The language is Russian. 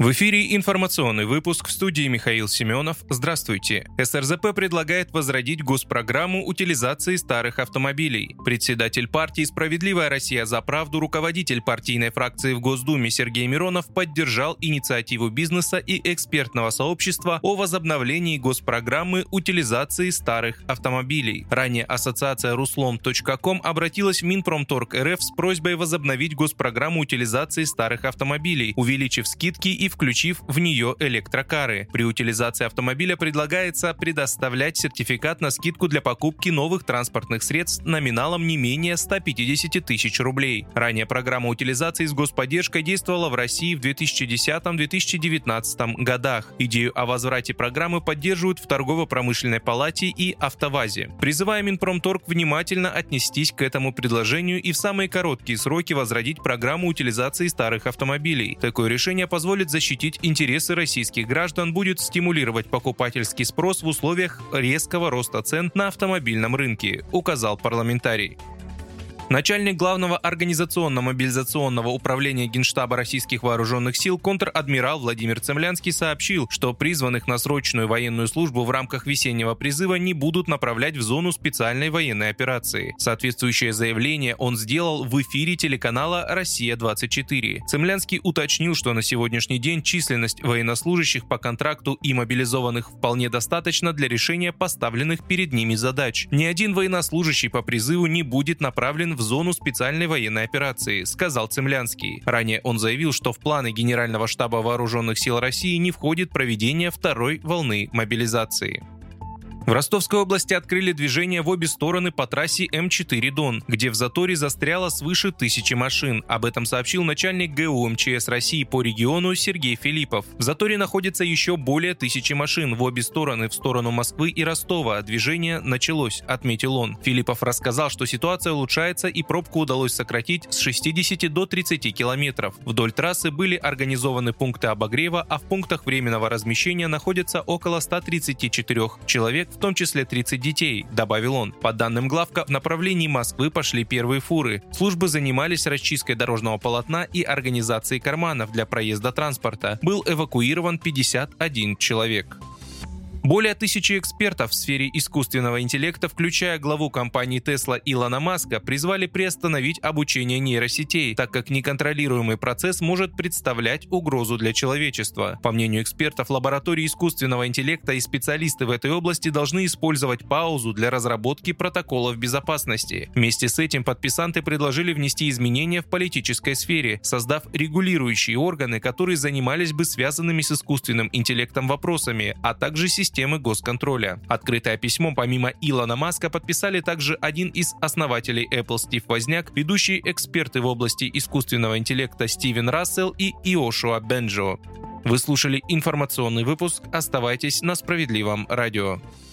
В эфире информационный выпуск, в студии Михаил Семенов. Здравствуйте. СРЗП предлагает возродить госпрограмму утилизации старых автомобилей. Председатель партии «Справедливая Россия за правду», руководитель партийной фракции в Госдуме Сергей Миронов поддержал инициативу бизнеса и экспертного сообщества о возобновлении госпрограммы утилизации старых автомобилей. Ранее ассоциация Руслом.ком обратилась в Минпромторг РФ с просьбой возобновить госпрограмму утилизации старых автомобилей, увеличив скидки и включив в нее электрокары. При утилизации автомобиля предлагается предоставлять сертификат на скидку для покупки новых транспортных средств номиналом не менее 150 тысяч рублей. Ранее программа утилизации с господдержкой действовала в России в 2010-2019 годах. Идею о возврате программы поддерживают в Торгово-промышленной палате и АвтоВАЗе. Призывая Минпромторг внимательно отнестись к этому предложению и в самые короткие сроки возродить программу утилизации старых автомобилей. Такое решение позволит защитить интересы российских граждан, будет стимулировать покупательский спрос в условиях резкого роста цен на автомобильном рынке, указал парламентарий. Начальник Главного организационно-мобилизационного управления Генштаба Российских Вооруженных Сил контр-адмирал Владимир Цемлянский сообщил, что призванных на срочную военную службу в рамках весеннего призыва не будут направлять в зону специальной военной операции. Соответствующее заявление он сделал в эфире телеканала «Россия-24». Цемлянский уточнил, что на сегодняшний день численность военнослужащих по контракту и мобилизованных вполне достаточно для решения поставленных перед ними задач. Ни один военнослужащий по призыву не будет направлен в зону специальной военной операции, сказал Цемлянский. Ранее он заявил, что в планы Генерального штаба Вооруженных сил России не входит проведение второй волны мобилизации. В Ростовской области открыли движение в обе стороны по трассе М4 Дон, где в заторе застряло свыше 1000 машин. Об этом сообщил начальник ГУ МЧС России по региону Сергей Филиппов. В заторе находится еще более 1000 машин в обе стороны, в сторону Москвы и Ростова. Движение началось, отметил он. Филиппов рассказал, что ситуация улучшается и пробку удалось сократить с 60 до 30 километров. Вдоль трассы были организованы пункты обогрева, а в пунктах временного размещения находятся около 134 человек, в том числе 30 детей, добавил он. По данным главка, в направлении Москвы пошли первые фуры. Службы занимались расчисткой дорожного полотна и организацией карманов для проезда транспорта. Был эвакуирован 51 человек. Более 1000 экспертов в сфере искусственного интеллекта, включая главу компании Tesla Илона Маска, призвали приостановить обучение нейросетей, так как неконтролируемый процесс может представлять угрозу для человечества. По мнению экспертов, лаборатории искусственного интеллекта и специалисты в этой области должны использовать паузу для разработки протоколов безопасности. Вместе с этим подписанты предложили внести изменения в политической сфере, создав регулирующие органы, которые занимались бы связанными с искусственным интеллектом вопросами, а также системы госконтроля. Открытое письмо помимо Илона Маска подписали также один из основателей Apple Стив Возняк, ведущие эксперты в области искусственного интеллекта Стивен Рассел и Иошуа Бенджо. Вы слушали информационный выпуск. Оставайтесь на Справедливом радио.